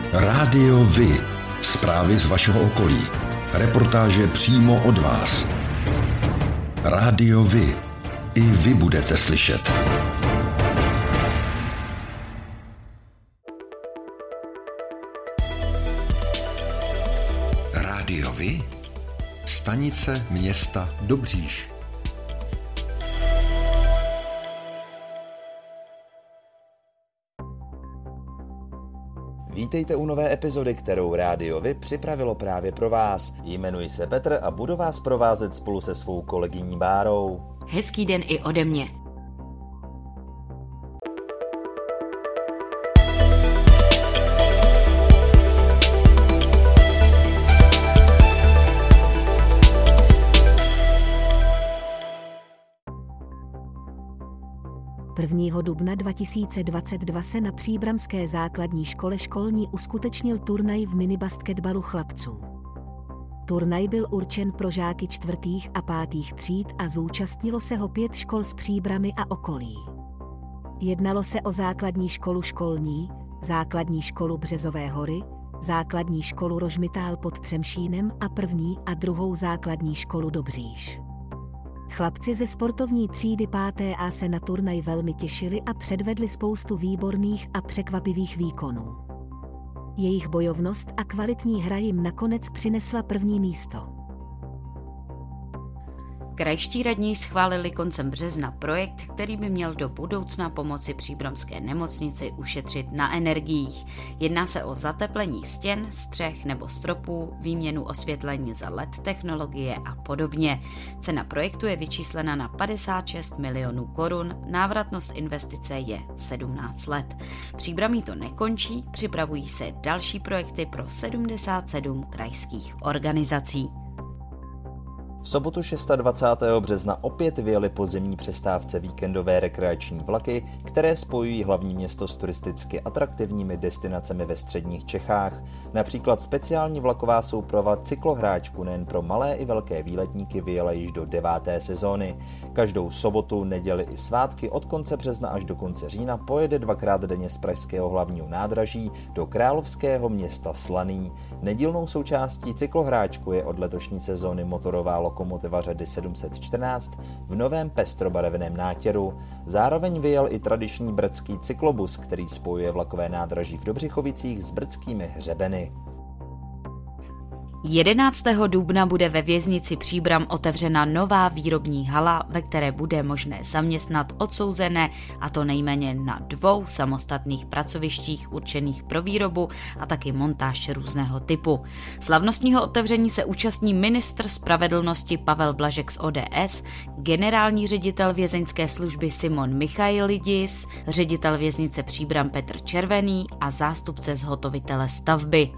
Rádio Vy. Zprávy z vašeho okolí. Reportáže přímo od vás. Rádio Vy. I vy budete slyšet. Rádio Vy. Stanice města Dobříš. Vítejte u nové epizody, kterou Rádio Vy připravilo právě pro vás. Jmenuji se Petr a budu vás provázet spolu se svou kolegyní Bárou. Hezký den i ode mě. Dubna 2022 se na příbramské základní škole školní uskutečnil turnaj v minibasketbalu chlapců. Turnaj byl určen pro žáky 4. a 5. tříd a zúčastnilo se ho 5 škol z Příbrami a okolí. Jednalo se o základní školu školní, základní školu Březové hory, základní školu Rožmitál pod Třemšínem a 1. a 2. základní školu Dobříš. Chlapci ze sportovní třídy 5. A se na turnaj velmi těšili a předvedli spoustu výborných a překvapivých výkonů. Jejich bojovnost a kvalitní hra jim nakonec přinesla 1. místo. Krajští radní schválili koncem března projekt, který by měl do budoucna pomoci příbramské nemocnici ušetřit na energiích. Jedná se o zateplení stěn, střech nebo stropů, výměnu osvětlení za LED technologie a podobně. Cena projektu je vyčíslena na 56 milionů korun, návratnost investice je 17 let. Příbramí to nekončí, připravují se další projekty pro 77 krajských organizací. V sobotu 26. března opět vyjeli po zimní přestávce víkendové rekreační vlaky, které spojují hlavní město s turisticky atraktivními destinacemi ve středních Čechách. Například speciální vlaková souprava cyklohráčku nejen pro malé i velké výletníky vyjela již do 9. sezóny. Každou sobotu, neděli i svátky od konce března až do konce října pojede 2krát denně z pražského hlavního nádraží do královského města Slaný. Nedílnou součástí cyklohráčku je od letošní sezóny motorová lokomotiva řady 714 v novém pestrobarevném nátěru. Zároveň vyjel i tradiční brdský cyklobus, který spojuje vlakové nádraží v Dobřichovicích s brdskými hřebeny. 11. dubna bude ve věznici Příbram otevřena nová výrobní hala, ve které bude možné zaměstnat odsouzené, a to nejméně na 2 samostatných pracovištích určených pro výrobu a taky montáž různého typu. Slavnostního otevření se účastní ministr spravedlnosti Pavel Blažek z ODS, generální ředitel vězeňské služby Simon Michailidis, ředitel věznice Příbram Petr Červený a zástupce zhotovitele stavby.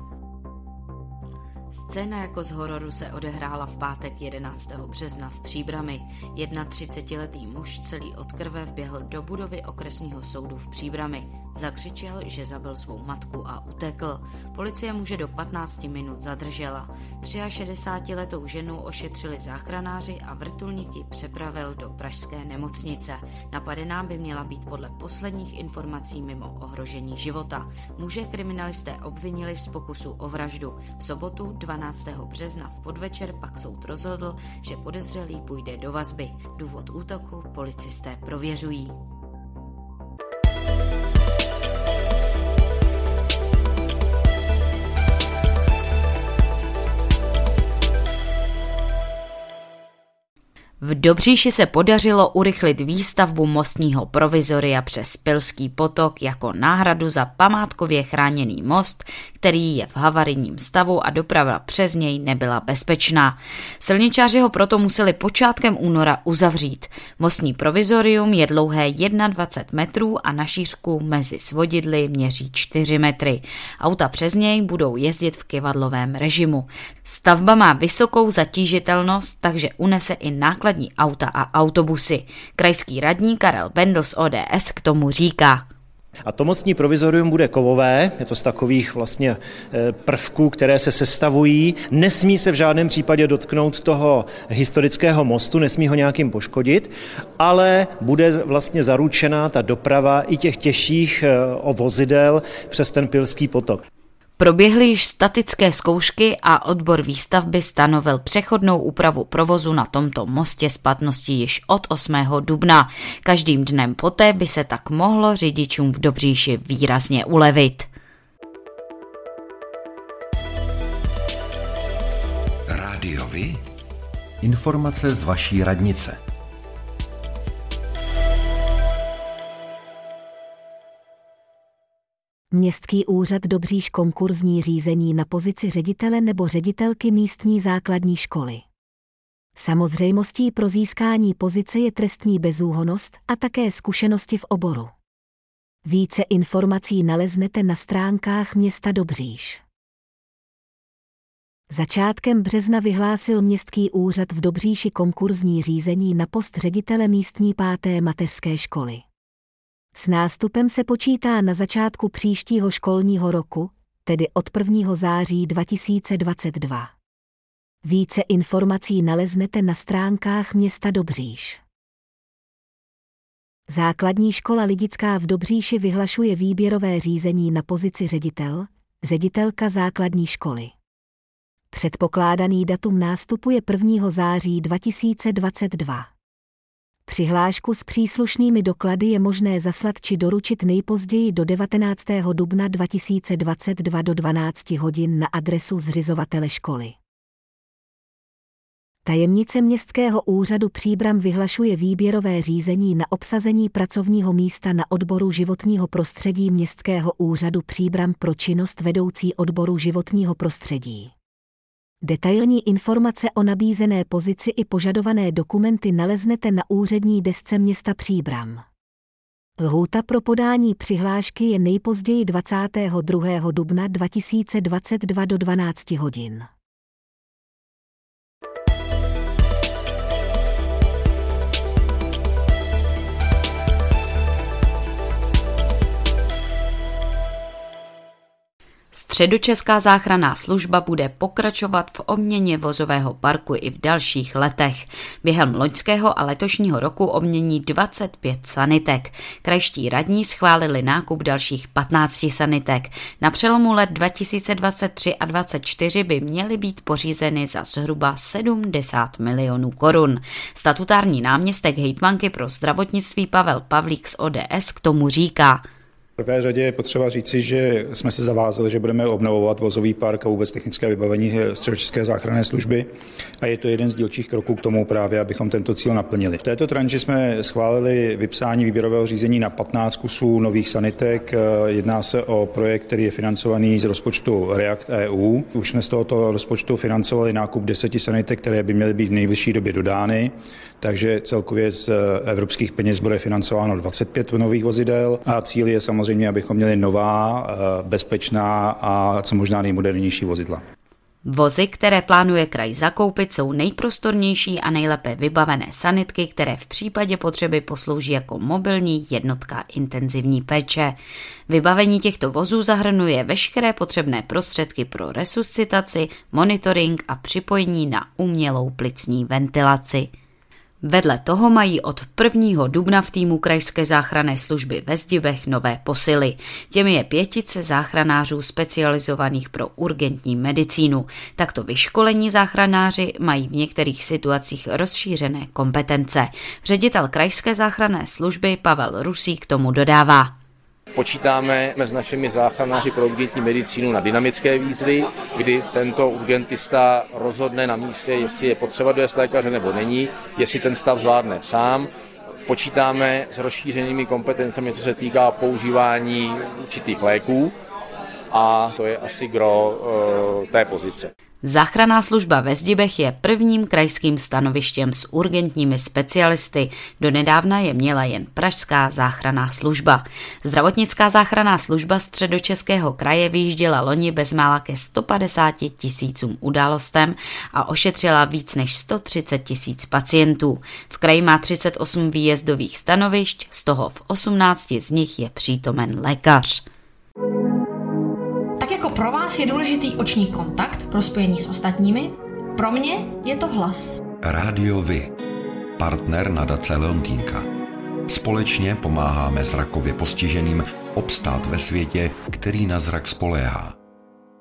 Scéna jako z hororu se odehrála v pátek 11. března v Příbrami. 31letý muž celý od krve vběhl do budovy okresního soudu v Příbrami. Zakřičel, že zabil svou matku a utekl. Policie muže do 15 minut zadržela. 63letou ženu ošetřili záchranáři a vrtulník ji přepravil do pražské nemocnice. Napadená by měla být podle posledních informací mimo ohrožení života. Muže kriminalisté obvinili z pokusu o vraždu. V sobotu 12. března v podvečer pak soud rozhodl, že podezřelý půjde do vazby. Důvod útoku policisté prověřují. V Dobříši se podařilo urychlit výstavbu mostního provizoria přes Pilský potok jako náhradu za památkově chráněný most, který je v havarijním stavu a doprava přes něj nebyla bezpečná. Silničáři ho proto museli počátkem února uzavřít. Mostní provizorium je dlouhé 21 metrů a na šířku mezi svodidly měří 4 metry. Auta přes něj budou jezdit v kyvadlovém režimu. Stavba má vysokou zatížitelnost, takže unese i nákladní auta a autobusy. Krajský radní Karel Bendl z ODS k tomu říká. A to mostní provizorium bude kovové, je to z takových vlastně prvků, které se sestavují. Nesmí se v žádném případě dotknout toho historického mostu, nesmí ho nějakým poškodit, ale bude vlastně zaručena ta doprava i těch těžších vozidel přes ten Pilský potok. Proběhly již statické zkoušky a odbor výstavby stanovil přechodnou úpravu provozu na tomto mostě s platností již od 8. dubna. Každým dnem poté by se tak mohlo řidičům v Dobříši výrazně ulevit. Rádio Vy? Informace z vaší radnice. Městský úřad Dobříš konkurzní řízení na pozici ředitele nebo ředitelky místní základní školy. Samozřejmostí pro získání pozice je trestní bezúhonnost a také zkušenosti v oboru. Více informací naleznete na stránkách města Dobříš. Začátkem března vyhlásil Městský úřad v Dobříši konkurzní řízení na post ředitele místní 5. mateřské školy. S nástupem se počítá na začátku příštího školního roku, tedy od 1. září 2022. Více informací naleznete na stránkách města Dobříš. Základní škola Lidická v Dobříši vyhlašuje výběrové řízení na pozici ředitelka základní školy. Předpokládaný datum nástupu je 1. září 2022. Přihlášku s příslušnými doklady je možné zaslat či doručit nejpozději do 19. dubna 2022 do 12 hodin na adresu zřizovatele školy. Tajemnice Městského úřadu Příbram vyhlašuje výběrové řízení na obsazení pracovního místa na odboru životního prostředí Městského úřadu Příbram pro činnost vedoucí odboru životního prostředí. Detailní informace o nabízené pozici i požadované dokumenty naleznete na úřední desce města Příbram. Lhůta pro podání přihlášky je nejpozději 22. dubna 2022 do 12 hodin. Středočeská záchranná služba bude pokračovat v obměně vozového parku i v dalších letech. Během loňského a letošního roku obmění 25 sanitek. Krajští radní schválili nákup dalších 15 sanitek. Na přelomu let 2023 a 2024 by měly být pořízeny za zhruba 70 milionů korun. Statutární náměstek hejtmanky pro zdravotnictví Pavel Pavlík z ODS k tomu říká: V prvé řadě je potřeba říci, že jsme se zavázali, že budeme obnovovat vozový park a vůbec technické vybavení Středočeské záchranné služby a je to jeden z dílčích kroků k tomu právě, abychom tento cíl naplnili. V této tranži jsme schválili vypsání výběrového řízení na 15 kusů nových sanitek. Jedná se o projekt, který je financovaný z rozpočtu React EU. Už jsme z tohoto rozpočtu financovali nákup 10 sanitek, které by měly být v nejbližší době dodány, takže celkově z evropských peněz bude financováno 25 nových vozidel a cíl je samozřejmě, abychom měli nová, bezpečná a co možná nejmodernější vozidla. Vozy, které plánuje kraj zakoupit, jsou nejprostornější a nejlépe vybavené sanitky, které v případě potřeby poslouží jako mobilní jednotka intenzivní péče. Vybavení těchto vozů zahrnuje veškeré potřebné prostředky pro resuscitaci, monitoring a připojení na umělou plicní ventilaci. Vedle toho mají od 1. dubna v týmu krajské záchranné služby ve Zdibech nové posily. Těmi je 5 záchranářů specializovaných pro urgentní medicínu. Takto vyškolení záchranáři mají v některých situacích rozšířené kompetence. Ředitel krajské záchranné služby Pavel Rusík k tomu dodává: Počítáme s našimi záchranáři pro urgentní medicínu na dynamické výzvy, kdy tento urgentista rozhodne na místě, jestli je potřeba dojezd lékaře nebo není, jestli ten stav zvládne sám. Počítáme s rozšířenými kompetencemi, co se týká používání určitých léků a to je asi gro té pozice. Záchranná služba ve Zdibech je prvním krajským stanovištěm s urgentními specialisty. Donedávna je měla jen pražská záchranná služba. Zdravotnická záchranná služba Středočeského kraje vyjížděla loni bezmála ke 150 000 událostem a ošetřila víc než 130 000 pacientů. V kraji má 38 výjezdových stanovišť, z toho v 18 z nich je přítomen lékař. Tak jako pro vás je důležitý oční kontakt pro spojení s ostatními, pro mě je to hlas. Rádio Vy, partner nadace Leontýnka. Společně pomáháme zrakově postiženým obstát ve světě, který na zrak spoléhá.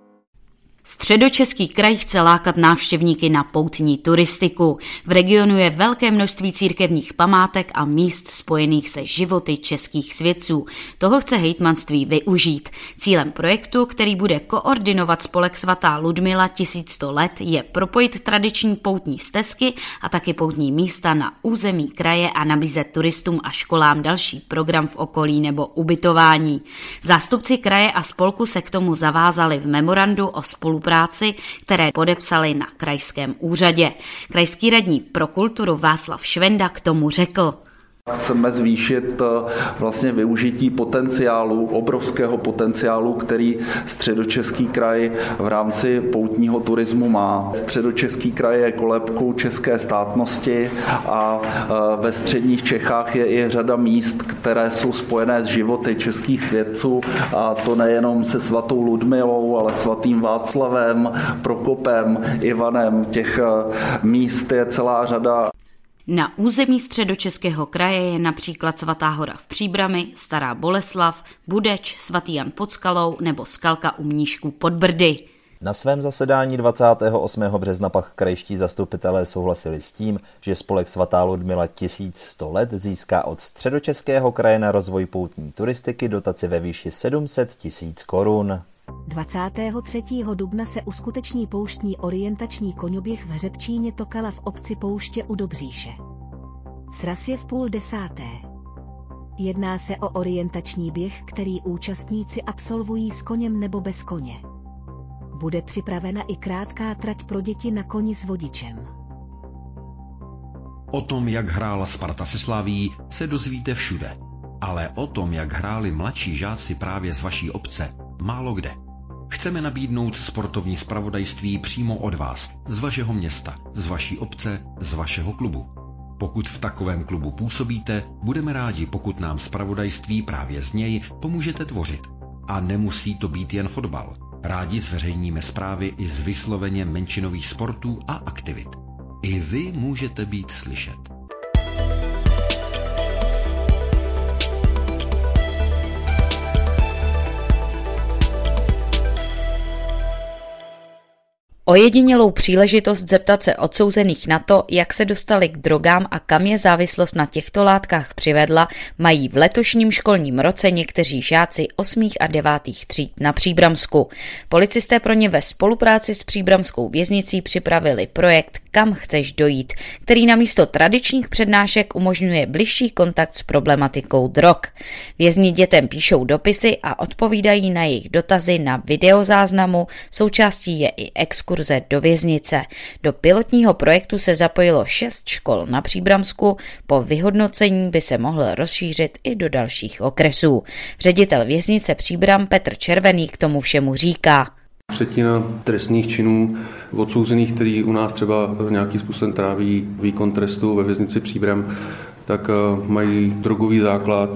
Středočeský kraj chce lákat návštěvníky na poutní turistiku. V regionu je velké množství církevních památek a míst spojených se životy českých svědců. Toho chce hejtmanství využít. Cílem projektu, který bude koordinovat spolek Svatá Ludmila 1100 let, je propojit tradiční poutní stezky a taky poutní místa na území kraje a nabízet turistům a školám další program v okolí nebo ubytování. Zástupci kraje a spolku se k tomu zavázali v memorandu o spolupráci, které podepsali na krajském úřadě. Krajský radní pro kulturu Václav Švenda k tomu řekl: Chceme zvýšit vlastně využití potenciálu, obrovského potenciálu, který Středočeský kraj v rámci poutního turismu má. Středočeský kraj je kolébkou české státnosti a ve středních Čechách je i řada míst, které jsou spojené s životy českých svědců, a to nejenom se svatou Ludmilou, ale svatým Václavem, Prokopem, Ivanem. Těch míst je celá řada. Na území Středočeského kraje je například Svatá hora v Příbrami, Stará Boleslav, Budeč, svatý Jan pod Skalou nebo Skalka u Mníšků pod Brdy. Na svém zasedání 28. března pak krajští zastupitelé souhlasili s tím, že spolek Svatá Ludmila 1100 let získá od Středočeského kraje na rozvoj poutní turistiky dotaci ve výši 700 000 korun. 23. dubna se uskuteční pouštní orientační koňoběh v Hřebčíně Tokala v obci Pouště u Dobříše. Sraz je v 9:30. Jedná se o orientační běh, který účastníci absolvují s koněm nebo bez koně. Bude připravena i krátká trať pro děti na koni s vodičem. O tom, jak hrála Sparta se Slaví, se dozvíte všude. Ale o tom, jak hráli mladší žáci právě z vaší obce, málo kde. Chceme nabídnout sportovní zpravodajství přímo od vás, z vašeho města, z vaší obce, z vašeho klubu. Pokud v takovém klubu působíte, budeme rádi, pokud nám zpravodajství právě z něj pomůžete tvořit. A nemusí to být jen fotbal. Rádi zveřejníme zprávy i z vysloveně menšinových sportů a aktivit. I vy můžete být slyšet. Ojedinělou příležitost zeptat se odsouzených na to, jak se dostali k drogám a kam je závislost na těchto látkách přivedla, mají v letošním školním roce někteří žáci 8. a 9. tříd na Příbramsku. Policisté pro ně ve spolupráci s příbramskou věznicí připravili projekt Kam chceš dojít, který namísto tradičních přednášek umožňuje bližší kontakt s problematikou drog. Vězni dětem píšou dopisy a odpovídají na jejich dotazy na videozáznamu, součástí je i exkurze do věznice. Do pilotního projektu se zapojilo 6 škol na Příbramsku, po vyhodnocení by se mohl rozšířit i do dalších okresů. Ředitel věznice Příbram Petr Červený k tomu všemu říká: Třetina trestných činů odsouzených, který u nás třeba nějakým způsobem tráví výkon trestu ve věznici Příbram, tak mají drogový základ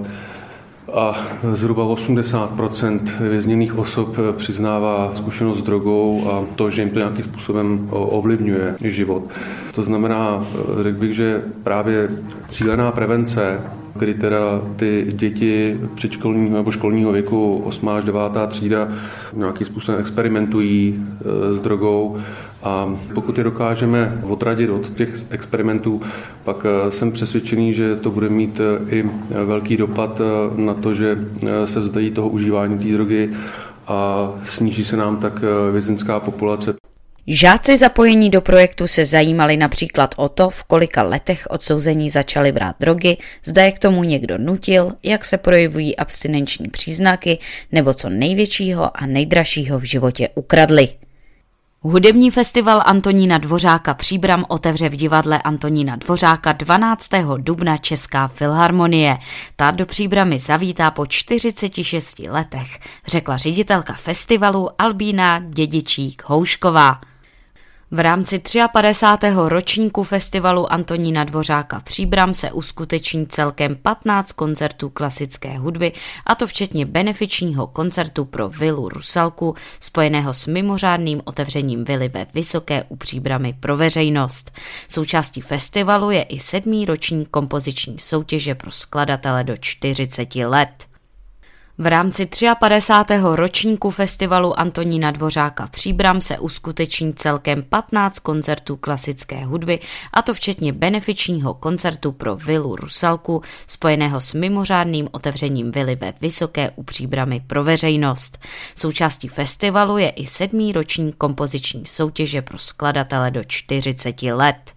a zhruba 80% vězněných osob přiznává zkušenost s drogou a to, že jim to nějakým způsobem ovlivňuje život. To znamená, řekl bych, že právě cílená prevence, kdy teda ty děti předškolního nebo školního věku 8. až 9. třída nějakým způsobem experimentují s drogou, a pokud je dokážeme odradit od těch experimentů, pak jsem přesvědčený, že to bude mít i velký dopad na to, že se vzdají toho užívání té drogy a sníží se nám tak vězeňská populace. Žáci zapojení do projektu se zajímali například o to, v kolika letech odsouzení začali brát drogy, zda je k tomu někdo nutil, jak se projevují abstinenční příznaky nebo co největšího a nejdražšího v životě ukradli. Hudební festival Antonína Dvořáka Příbram otevře v divadle Antonína Dvořáka 12. dubna Česká filharmonie. Ta do Příbramy zavítá po 46 letech, řekla ředitelka festivalu Albína Dědičík-Houšková. V rámci 53. ročníku festivalu Antonína Dvořáka Příbram se uskuteční celkem 15 koncertů klasické hudby, a to včetně benefičního koncertu pro vilu Rusalku, spojeného s mimořádným otevřením vily ve Vysoké u Příbramy pro veřejnost. Součástí festivalu je i 7. ročník kompoziční soutěže pro skladatele do 40 let. V rámci 53. ročníku festivalu Antonína Dvořáka Příbram se uskuteční celkem 15 koncertů klasické hudby, a to včetně benefičního koncertu pro vilu Rusalku, spojeného s mimořádným otevřením vily ve Vysoké u Příbrami pro veřejnost. Součástí festivalu je i 7. ročník kompoziční soutěže pro skladatele do 40 let.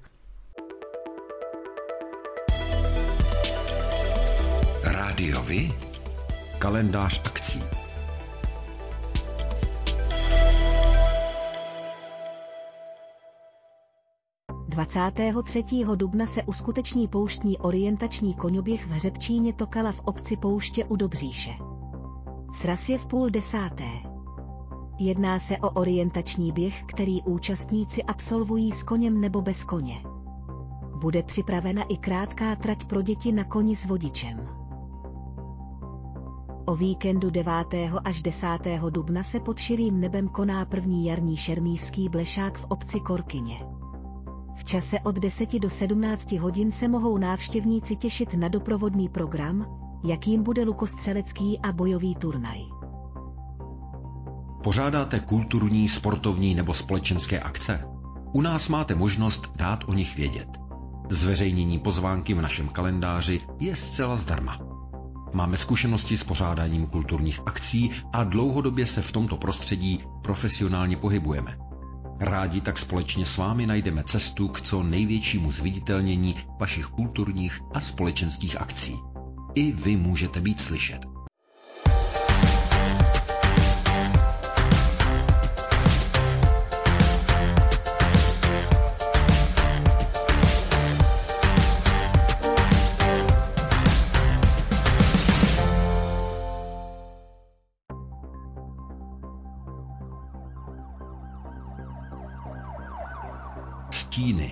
Rádio Vy? Kalendář akcí. – 23. dubna se uskuteční pouštní orientační koňoběh v Hřebčíně Tokala v obci Pouště u Dobříše. Sraz je v 9:30. Jedná se o orientační běh, který účastníci absolvují s koněm nebo bez koně. Bude připravena i krátká trať pro děti na koni s vodičem. O víkendu 9. až 10. dubna se pod širým nebem koná první jarní šermířský blešák v obci Korkyně. V čase od 10 do 17 hodin se mohou návštěvníci těšit na doprovodný program, jakým bude lukostřelecký a bojový turnaj. Pořádáte kulturní, sportovní nebo společenské akce? U nás máte možnost dát o nich vědět. Zveřejnění pozvánky v našem kalendáři je zcela zdarma. Máme zkušenosti s pořádáním kulturních akcí a dlouhodobě se v tomto prostředí profesionálně pohybujeme. Rádi tak společně s vámi najdeme cestu k co největšímu zviditelnění vašich kulturních a společenských akcí. I vy můžete být slyšet. Stíny.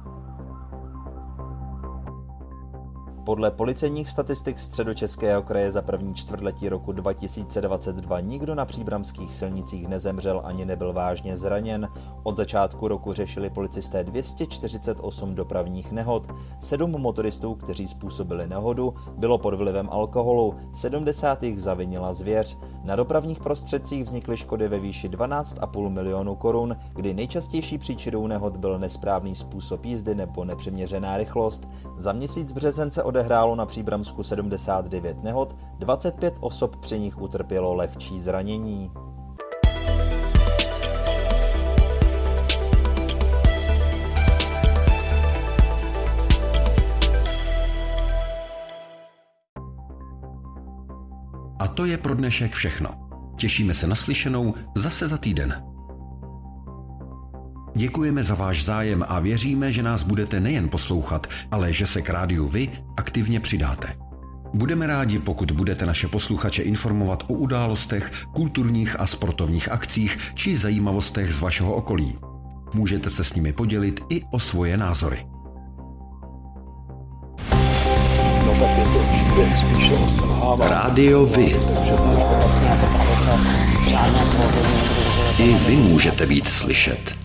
Podle policejních statistik Středočeského kraje za první čtvrtletí roku 2022 nikdo na příbramských silnicích nezemřel ani nebyl vážně zraněn. Od začátku roku řešili policisté 248 dopravních nehod. 7 motoristů, kteří způsobili nehodu, bylo pod vlivem alkoholu, 70 jich zavinila zvěř. Na dopravních prostředcích vznikly škody ve výši 12,5 milionu korun, kdy nejčastější příčinou nehod byl nesprávný způsob jízdy nebo nepřiměřená rychlost. Za měsíc březen se odehrálo na Příbramsku 79 nehod, 25 osob při nich utrpělo lehčí zranění. A to je pro dnešek všechno. Těšíme se na slyšenou zase za týden. Děkujeme za váš zájem a věříme, že nás budete nejen poslouchat, ale že se k rádiu Vy aktivně přidáte. Budeme rádi, pokud budete naše posluchače informovat o událostech, kulturních a sportovních akcích či zajímavostech z vašeho okolí. Můžete se s nimi podělit i o svoje názory. Rádio Vy. I vy můžete být slyšet.